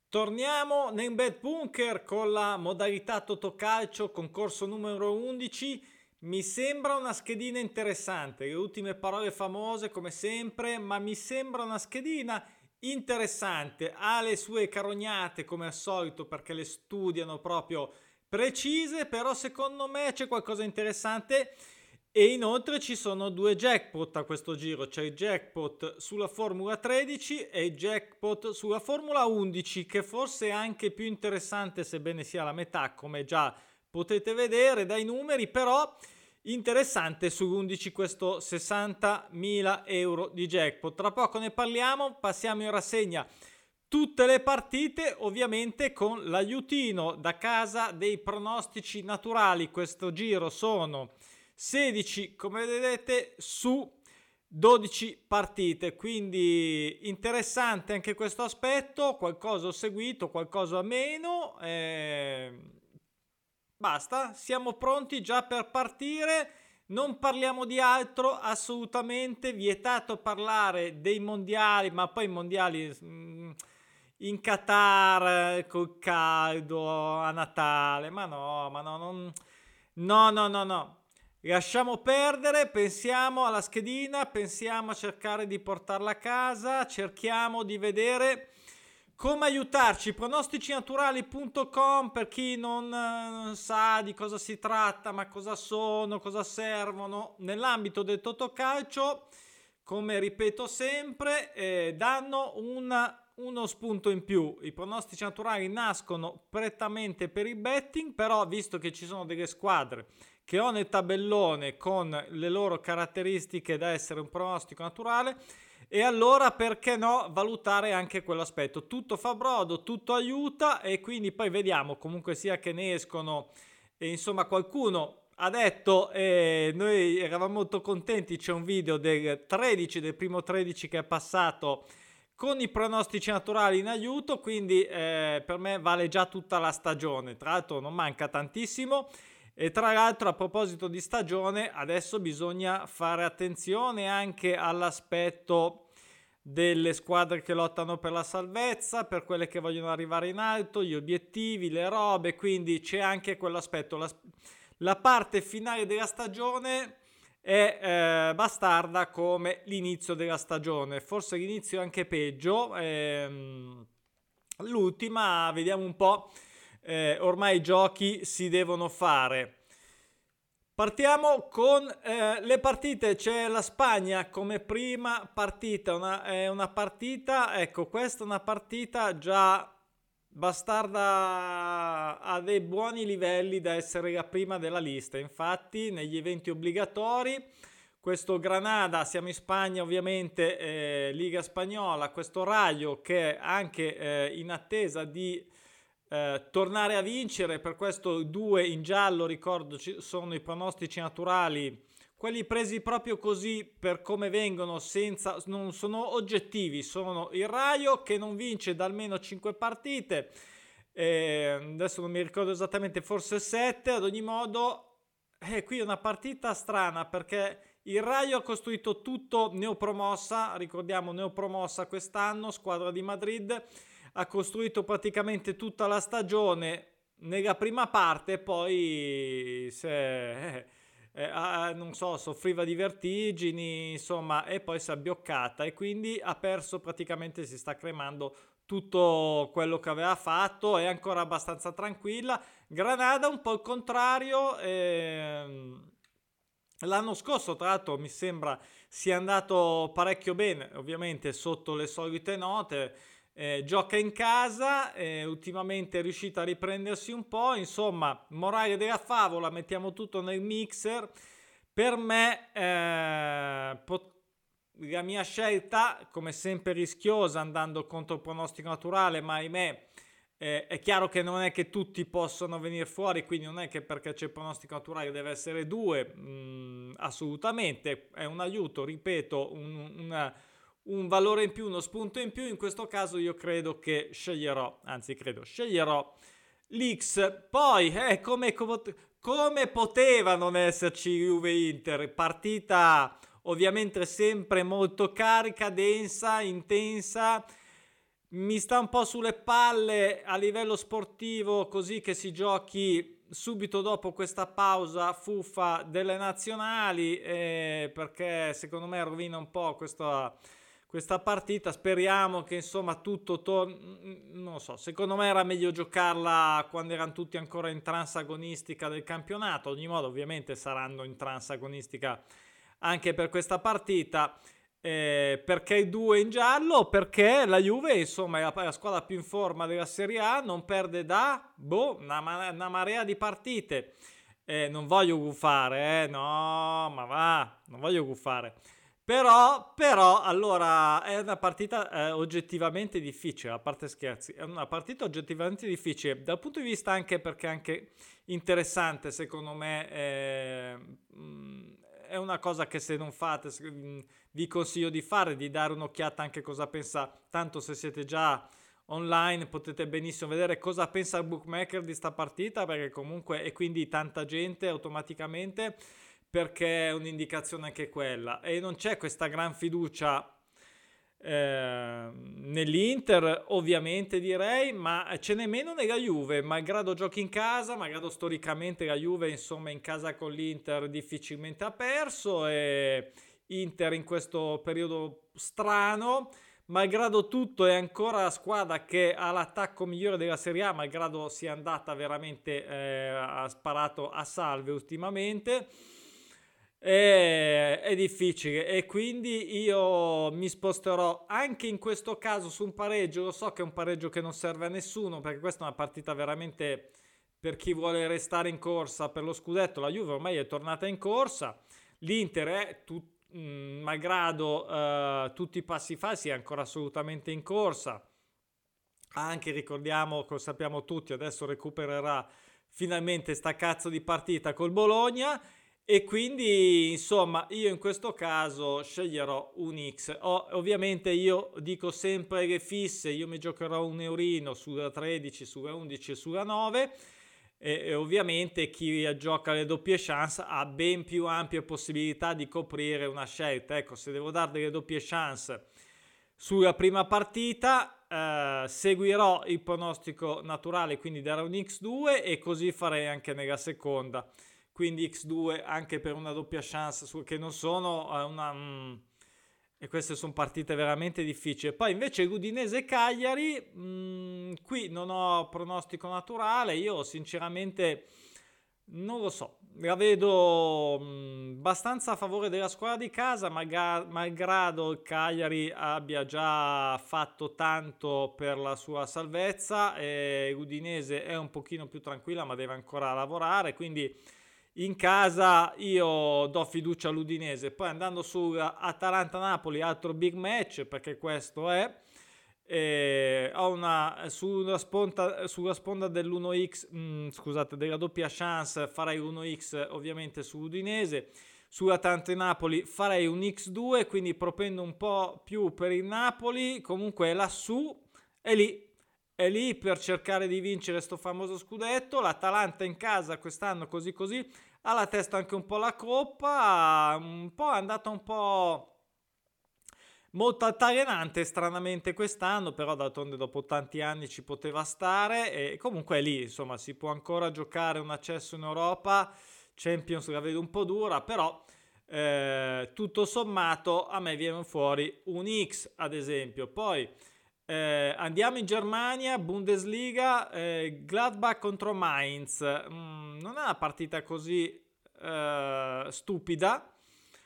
Torniamo nel Bet Bunker con la modalità Totocalcio, concorso numero 11. Mi sembra una schedina interessante, le ultime parole famose come sempre, ma mi sembra una schedina interessante. Ha le sue carognate come al solito perché le studiano proprio precise, però secondo me c'è qualcosa di interessante. E inoltre ci sono due jackpot a questo giro, c'è il jackpot sulla Formula 13 e il jackpot sulla Formula 11, che forse è anche più interessante, sebbene sia la metà, come già potete vedere dai numeri, però interessante sull'11 questo 60.000 euro di jackpot. Tra poco ne parliamo, passiamo in rassegna tutte le partite, ovviamente con l'aiutino da casa dei pronostici naturali. Questo giro sono 16, come vedete, su 12 partite, quindi interessante anche questo aspetto. Qualcosa ho seguito, qualcosa meno. Basta, siamo pronti già per partire. Non parliamo di altro, assolutamente vietato parlare dei mondiali, ma poi i mondiali in Qatar col caldo a Natale, ma no, no, no, no, no. Lasciamo perdere, pensiamo alla schedina, pensiamo a cercare di portarla a casa, cerchiamo di vedere come aiutarci. Pronosticinaturali.com per chi non sa di cosa si tratta, ma cosa sono, cosa servono nell'ambito del Totocalcio. Come ripeto sempre, danno uno spunto in più. I pronostici naturali nascono prettamente per il betting, però visto che ci sono delle squadre che ho nel tabellone con le loro caratteristiche da essere un pronostico naturale, e allora perché no valutare anche quell'aspetto. Tutto fa brodo, tutto aiuta, e quindi poi vediamo, comunque sia che ne escono. E insomma, qualcuno ha detto, noi eravamo molto contenti, c'è un video del 13, del primo 13 che è passato con i pronostici naturali in aiuto, quindi per me vale già tutta la stagione. Tra l'altro non manca tantissimo. E tra l'altro, a proposito di stagione, adesso bisogna fare attenzione anche all'aspetto delle squadre che lottano per la salvezza, per quelle che vogliono arrivare in alto, gli obiettivi, le robe, quindi c'è anche quell'aspetto. La parte finale della stagione è bastarda come l'inizio della stagione, forse l'inizio è anche peggio. L'ultima, vediamo un po'. Ormai i giochi si devono fare. Partiamo con le partite. C'è la Spagna come prima partita, è una partita, ecco, questa è una partita già bastarda a dei buoni livelli da essere la prima della lista. Infatti, negli eventi obbligatori, questo Granada, siamo in Spagna ovviamente, Liga Spagnola, questo Rayo che è anche in attesa di tornare a vincere, per questo due in giallo, ricordo, sono i pronostici naturali, quelli presi proprio così per come vengono, senza, non sono oggettivi, sono il Raio che non vince da almeno 5 partite, adesso non mi ricordo esattamente, forse 7, ad ogni modo. Qui è una partita strana perché il Raio ha costruito tutto neopromossa, ricordiamo neopromossa quest'anno, squadra di Madrid, ha costruito praticamente tutta la stagione nella prima parte, poi non so, soffriva di vertigini, insomma, e poi si è abbioccata e quindi ha perso, praticamente si sta cremando tutto quello che aveva fatto, è ancora abbastanza tranquilla. Granada un po' il contrario, l'anno scorso tra l'altro mi sembra sia andato parecchio bene, ovviamente sotto le solite note. Gioca in casa, ultimamente è riuscita a riprendersi un po', insomma, morale della favola, mettiamo tutto nel mixer. Per me la mia scelta, come sempre rischiosa, andando contro il pronostico naturale, ma ahimè è chiaro che non è che tutti possono venire fuori, quindi non è che perché c'è il pronostico naturale deve essere due, assolutamente, è un aiuto, ripeto, un valore in più, uno spunto in più. In questo caso io credo che sceglierò l'X. Poi, come poteva non esserci Juve-Inter? Partita ovviamente sempre molto carica, densa, intensa. mi sta un po' sulle palle a livello sportivo, così che si giochi subito dopo questa pausa fuffa delle nazionali, perché secondo me rovina un po' questa partita. Speriamo che insomma tutto torni. Non lo so, secondo me era meglio giocarla quando erano tutti ancora in transagonistica del campionato. Ad ogni modo ovviamente saranno in transagonistica anche per questa partita. Perché i due in giallo? Perché la Juve, insomma, è la squadra più in forma della Serie A, non perde da una marea di partite. Non voglio gufare, no, ma va, non voglio gufare. Però, allora, è una partita oggettivamente difficile, a parte scherzi, è una partita oggettivamente difficile, dal punto di vista anche perché è anche interessante, secondo me, è una cosa che se non fate, vi consiglio di fare, di dare un'occhiata anche cosa pensa, tanto se siete già online potete benissimo vedere cosa pensa il bookmaker di sta partita, perché comunque, e quindi tanta gente automaticamente, perché è un'indicazione anche quella, e non c'è questa gran fiducia nell'Inter ovviamente, direi, ma ce n'è meno nella Juve, malgrado giochi in casa, malgrado storicamente la Juve insomma in casa con l'Inter difficilmente ha perso, e Inter in questo periodo strano, malgrado tutto è ancora la squadra che ha l'attacco migliore della Serie A, malgrado sia andata veramente ha sparato a salve ultimamente. È difficile, e quindi io mi sposterò anche in questo caso su un pareggio. Lo so che è un pareggio che non serve a nessuno, perché questa è una partita veramente per chi vuole restare in corsa per lo scudetto. La Juve ormai è tornata in corsa, l'Inter è malgrado tutti i passi falsi è ancora assolutamente in corsa. Anche ricordiamo, lo sappiamo tutti, adesso recupererà finalmente sta cazzo di partita col Bologna, e quindi insomma io in questo caso sceglierò un X. Ovviamente io dico sempre le fisse, io mi giocherò un eurino sulla 13, sulla 11 e sulla 9, e ovviamente chi gioca le doppie chance ha ben più ampie possibilità di coprire una scelta. Ecco, se devo dare delle doppie chance sulla prima partita, seguirò il pronostico naturale, quindi darò un X2, e così farei anche nella seconda, quindi X2 anche per una doppia chance che non sono e queste sono partite veramente difficili. Poi invece Udinese Cagliari, qui non ho pronostico naturale, io sinceramente non lo so, la vedo abbastanza a favore della squadra di casa, malgrado il Cagliari abbia già fatto tanto per la sua salvezza, e l'Udinese è un pochino più tranquilla ma deve ancora lavorare, quindi in casa io do fiducia all'Udinese. Poi andando su Atalanta-Napoli, altro big match, perché questo è, ho sulla sponda dell'1x, scusate, della doppia chance farei l'1x ovviamente sull'Udinese. Sull'Atalanta Napoli farei un x2, quindi propendo un po' più per il Napoli. Comunque lassù è lì per cercare di vincere sto famoso scudetto. L'Atalanta in casa quest'anno così così, ha la testa anche un po' la coppa, un po' è andata un po' molto altalenante stranamente quest'anno, però d'altronde dopo tanti anni ci poteva stare, e comunque è lì, insomma, si può ancora giocare un accesso in Europa. Champions la vedo un po' dura, però tutto sommato a me viene fuori un X, ad esempio. Poi andiamo in Germania, Bundesliga, Gladbach contro Mainz. Non è una partita così stupida.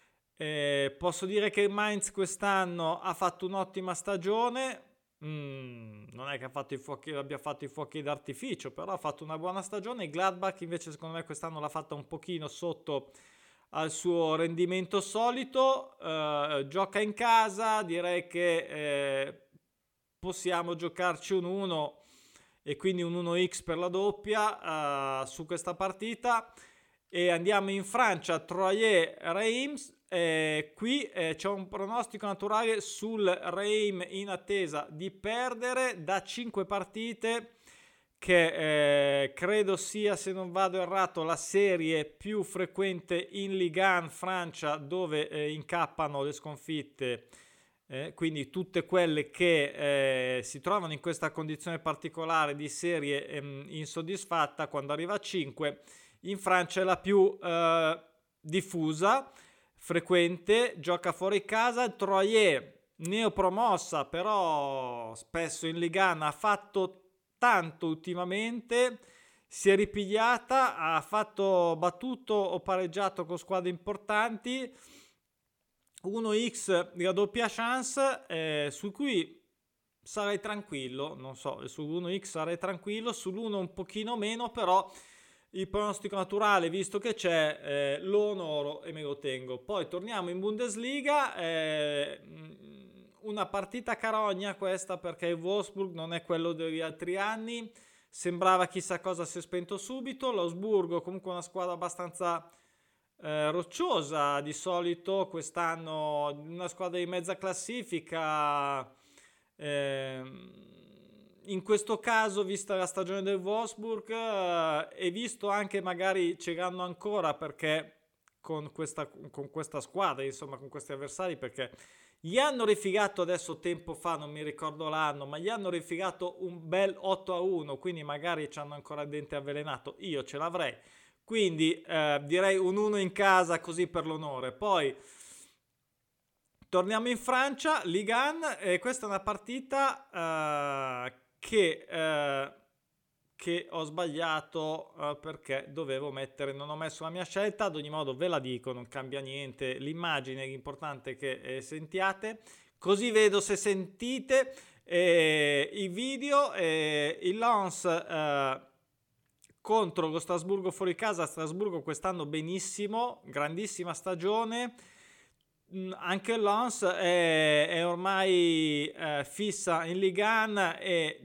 Posso dire che il Mainz quest'anno ha fatto un'ottima stagione. Non è che abbia fatto i fuochi d'artificio, però ha fatto una buona stagione. Il Gladbach invece secondo me quest'anno l'ha fatta un pochino sotto al suo rendimento solito. Gioca in casa, direi che possiamo giocarci un 1 e quindi un 1x per la doppia su questa partita. E andiamo in Francia, Troyes-Reims. Qui c'è un pronostico naturale sul Reims in attesa di perdere da 5 partite, che credo sia, se non vado errato, la serie più frequente in Ligue 1 Francia, dove incappano le sconfitte quindi tutte quelle che si trovano in questa condizione particolare di serie insoddisfatta, quando arriva a 5, in Francia è la più diffusa, frequente, gioca fuori casa. Troyes, neopromossa, però spesso in Ligue 1 ha fatto tanto ultimamente, si è ripigliata, ha fatto battuto o pareggiato con squadre importanti. 1x la doppia chance, su cui sarei tranquillo, non so, su 1x sarei tranquillo, sull'1 un pochino meno, però il pronostico naturale, visto che c'è, lo onoro e me lo tengo. Poi torniamo in Bundesliga, una partita carogna questa, perché il Wolfsburg non è quello degli altri anni, sembrava chissà cosa, si è spento subito. L'Augsburgo comunque una squadra abbastanza rocciosa di solito, quest'anno una squadra di mezza classifica. In questo caso, vista la stagione del Wolfsburg, e visto anche magari c'erano ancora, perché con questa squadra, insomma con questi avversari, perché gli hanno rifigato adesso tempo fa, non mi ricordo l'anno, ma gli hanno rifigato un bel 8-1, quindi magari ci hanno ancora il dente avvelenato, io ce l'avrei. Quindi direi un 1 in casa, così per l'onore. Poi torniamo in Francia, Ligue 1, e questa è una partita che ho sbagliato, perché dovevo mettere, non ho messo la mia scelta. Ad ogni modo ve la dico, non cambia niente l'immagine, l'importante è che sentiate, così vedo se sentite i video. Il Lens contro lo Strasburgo fuori casa. Strasburgo quest'anno benissimo, grandissima stagione. Anche il Lens è ormai fissa in Ligue 1,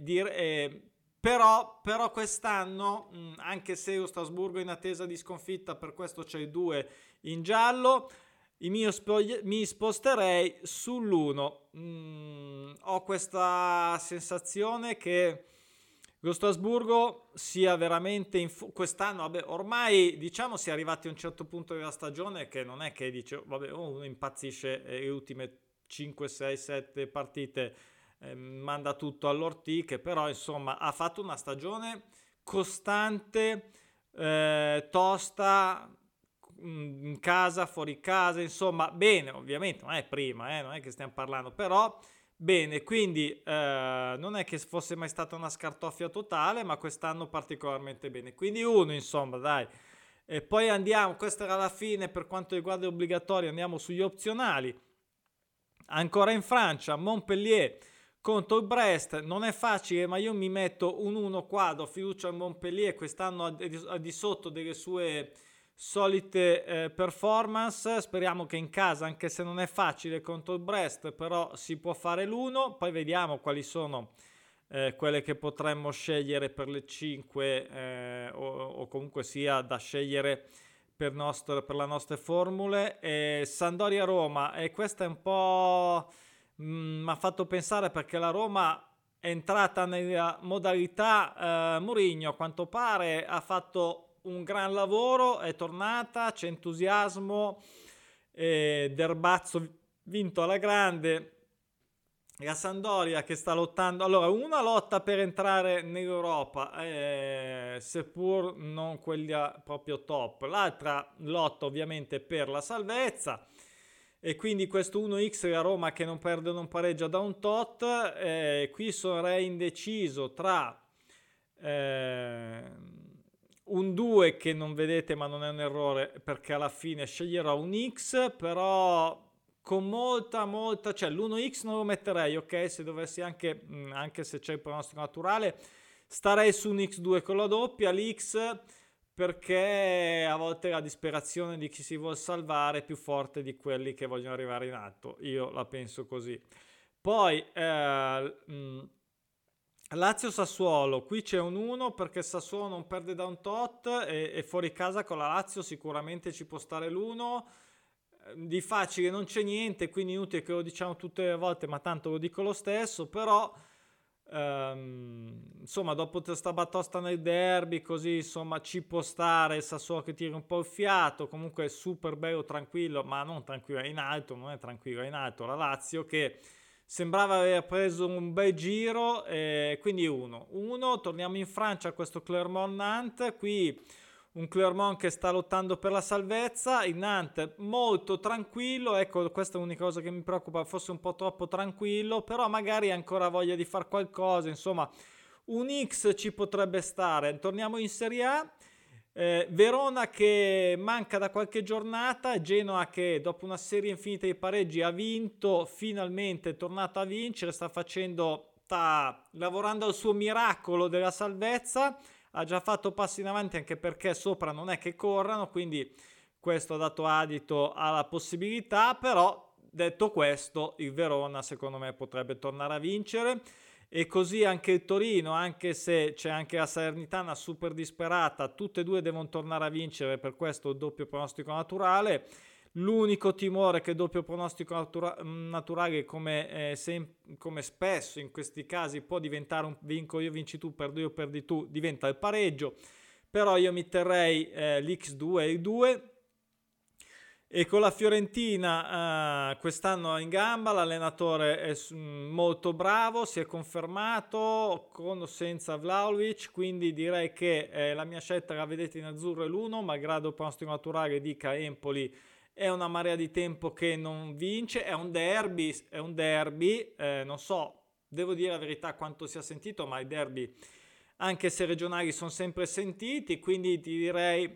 però quest'anno, anche se lo Strasburgo è in attesa di sconfitta, per questo c'è il 2 in giallo, mi sposterei sull'1. Ho questa sensazione che lo Strasburgo sia veramente quest'anno, vabbè, ormai diciamo si è arrivati a un certo punto della stagione che non è che dice vabbè, uno impazzisce e le ultime 5, 6, 7 partite manda tutto all'ortiche, però insomma ha fatto una stagione costante, tosta, in casa, fuori casa, insomma bene, ovviamente non è prima, non è che stiamo parlando, però bene, quindi non è che fosse mai stata una scartoffia totale, ma quest'anno particolarmente bene. Quindi 1, insomma, dai. E poi andiamo, questa era la fine per quanto riguarda gli obbligatori, andiamo sugli opzionali. Ancora in Francia, Montpellier contro il Brest, non è facile, ma io mi metto un 1 qua, do fiducia al Montpellier, quest'anno al di sotto delle sue solite performance. Speriamo che in casa, anche se non è facile contro il Brest, però si può fare l'1. Poi vediamo quali sono quelle che potremmo scegliere per le 5, o comunque sia da scegliere per le nostre formule. Sampdoria Roma, e questa è un po' mi ha fatto pensare, perché la Roma è entrata nella modalità Mourinho, a quanto pare ha fatto un gran lavoro, è tornata, c'è entusiasmo, Derbazzo vinto alla grande, la Sampdoria che sta lottando, allora una lotta per entrare nell'Europa, seppur non quella proprio top, l'altra lotta ovviamente per la salvezza, e quindi questo 1x la Roma che non perde, non pareggia da un tot. Qui sarei indeciso tra un 2 che non vedete, ma non è un errore, perché alla fine sceglierò un X, però con molta, cioè l'1X non lo metterei, ok? Se dovessi anche se c'è il pronostico naturale, starei su un X2 con la doppia, l'X, perché a volte la disperazione di chi si vuol salvare è più forte di quelli che vogliono arrivare in alto, io la penso così. Poi Lazio-Sassuolo, qui c'è un 1 perché Sassuolo non perde da un tot, e fuori casa con la Lazio sicuramente ci può stare l'1. Di facile non c'è niente, quindi inutile che lo diciamo tutte le volte, ma tanto lo dico lo stesso. Però insomma, dopo questa batosta nel derby, così insomma ci può stare il Sassuolo che tira un po' il fiato, comunque è super bello, tranquillo, ma non tranquillo, è in alto, non è tranquillo, è in alto la Lazio che sembrava aver preso un bel giro, quindi uno, torniamo in Francia a questo Clermont-Nantes, qui un Clermont che sta lottando per la salvezza, il Nantes molto tranquillo, ecco questa è l'unica cosa che mi preoccupa, fosse un po' troppo tranquillo, però magari ha ancora voglia di fare qualcosa, insomma un X ci potrebbe stare. Torniamo in Serie A, Verona che manca da qualche giornata, Genoa che dopo una serie infinita di pareggi ha vinto, finalmente è tornato a vincere, sta lavorando al suo miracolo della salvezza, ha già fatto passi in avanti anche perché sopra non è che corrano, quindi questo ha dato adito alla possibilità, però detto questo il Verona secondo me potrebbe tornare a vincere e così anche il Torino, anche se c'è anche la Salernitana super disperata, tutte e due devono tornare a vincere, per questo il doppio pronostico naturale. L'unico timore che il doppio pronostico naturale, come spesso in questi casi, può diventare un vinco io vinci tu, perdo io perdi tu, diventa il pareggio, però io mi terrei l'X2 e il 2. E con la Fiorentina quest'anno in gamba, l'allenatore è molto bravo, si è confermato con o senza Vlahovic, quindi direi che la mia scelta, la vedete in azzurro, è l'1, malgrado il pronostico naturale dica Empoli è una marea di tempo che non vince, è un derby, non so, devo dire la verità quanto sia sentito, ma i derby anche se regionali sono sempre sentiti, quindi ti direi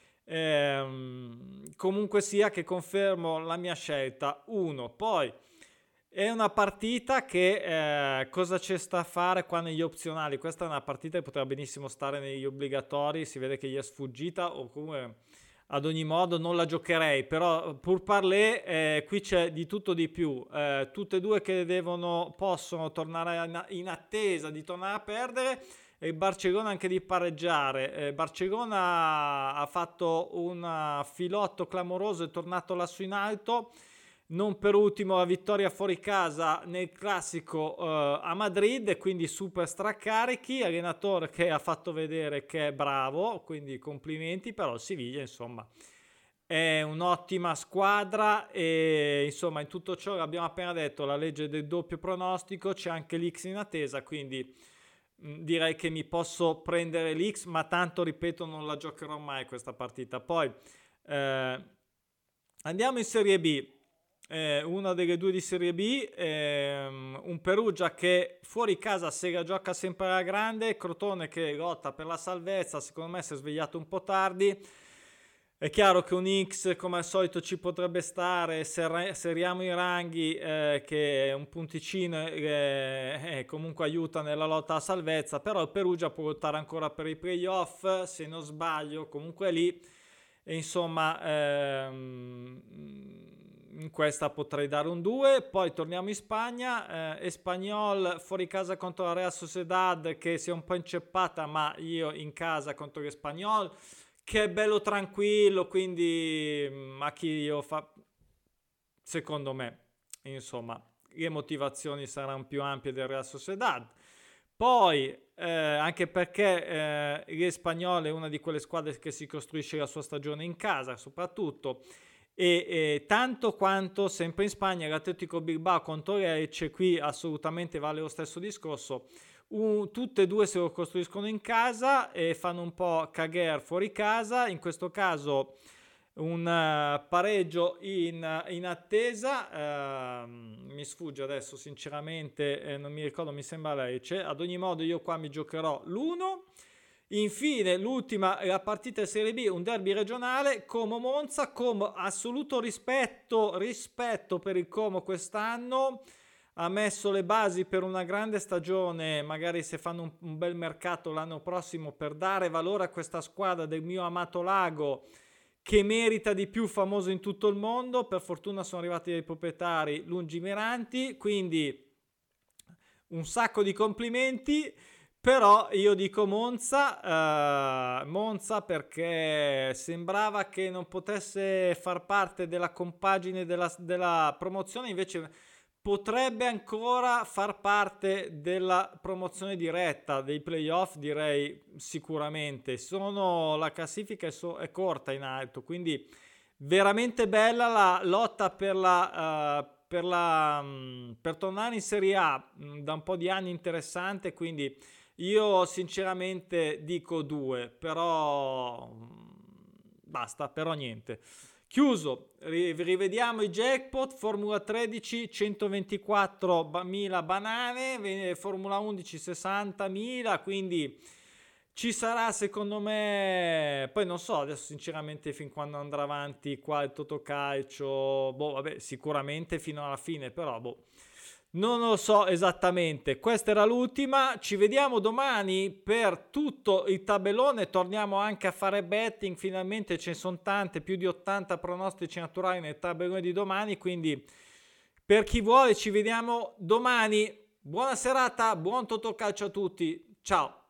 comunque sia che confermo la mia scelta 1. Poi è una partita che cosa c'è sta a fare qua negli opzionali? Questa è una partita che potrebbe benissimo stare negli obbligatori, si vede che gli è sfuggita o comunque ad ogni modo non la giocherei, però pur parlé qui c'è di tutto di più, tutte e due che possono tornare in attesa di tornare a perdere e il Barcellona anche di pareggiare. Barcellona ha fatto un filotto clamoroso, è tornato lassù in alto, non per ultimo la vittoria fuori casa nel classico a Madrid, quindi super stracarichi, allenatore che ha fatto vedere che è bravo, quindi complimenti, però il Siviglia insomma è un'ottima squadra e insomma in tutto ciò l'abbiamo appena detto, la legge del doppio pronostico, c'è anche l'X in attesa, quindi direi che mi posso prendere l'X, ma tanto ripeto non la giocherò mai questa partita. Poi andiamo in Serie B, una delle due di Serie B, un Perugia che fuori casa se la gioca sempre alla grande, Crotone che lotta per la salvezza, secondo me si è svegliato un po' tardi. È chiaro che un X come al solito ci potrebbe stare, seriamo i ranghi, che un punticino comunque aiuta nella lotta a salvezza, però il Perugia può lottare ancora per i playoff, se non sbaglio, comunque lì, e insomma in questa potrei dare un 2. Poi torniamo in Spagna, Espanyol fuori casa contro la Real Sociedad che si è un po' inceppata, ma io in casa contro l'Espanyol che è bello tranquillo, quindi a chi io fa, secondo me insomma le motivazioni saranno più ampie del Real Sociedad. Poi anche perché l'Espanyol è una di quelle squadre che si costruisce la sua stagione in casa soprattutto, e tanto quanto sempre in Spagna l'Atletico Bilbao contro l'Elche, qui assolutamente vale lo stesso discorso. Tutte e due se lo costruiscono in casa e fanno un po' cagare fuori casa, in questo caso un pareggio in attesa, mi sfugge adesso sinceramente, non mi ricordo, mi sembra Lecce, ad ogni modo io qua mi giocherò l'1. Infine l'ultima, la partita Serie B, un derby regionale, Como-Monza, Como assoluto rispetto per il Como quest'anno, ha messo le basi per una grande stagione, magari se fanno un bel mercato l'anno prossimo per dare valore a questa squadra del mio amato Lago che merita di più, famoso in tutto il mondo. Per fortuna sono arrivati dei proprietari lungimiranti, quindi un sacco di complimenti. Però io dico Monza perché sembrava che non potesse far parte della compagine della promozione, invece potrebbe ancora far parte della promozione diretta, dei playoff, direi sicuramente. La classifica è corta in alto, quindi veramente bella la lotta per tornare in Serie A, da un po' di anni, interessante, quindi io sinceramente dico 2, però basta, però niente. Chiuso, rivediamo i jackpot. Formula 13 124.000 banane, Formula 11 60.000, quindi ci sarà secondo me, poi non so adesso sinceramente fin quando andrà avanti qua il Totocalcio, boh vabbè sicuramente fino alla fine, però boh. Non lo so esattamente, questa era l'ultima, ci vediamo domani per tutto il tabellone, torniamo anche a fare betting, finalmente ce ne sono tante, più di 80 pronostici naturali nel tabellone di domani, quindi per chi vuole ci vediamo domani, buona serata, buon Totocalcio a tutti, ciao!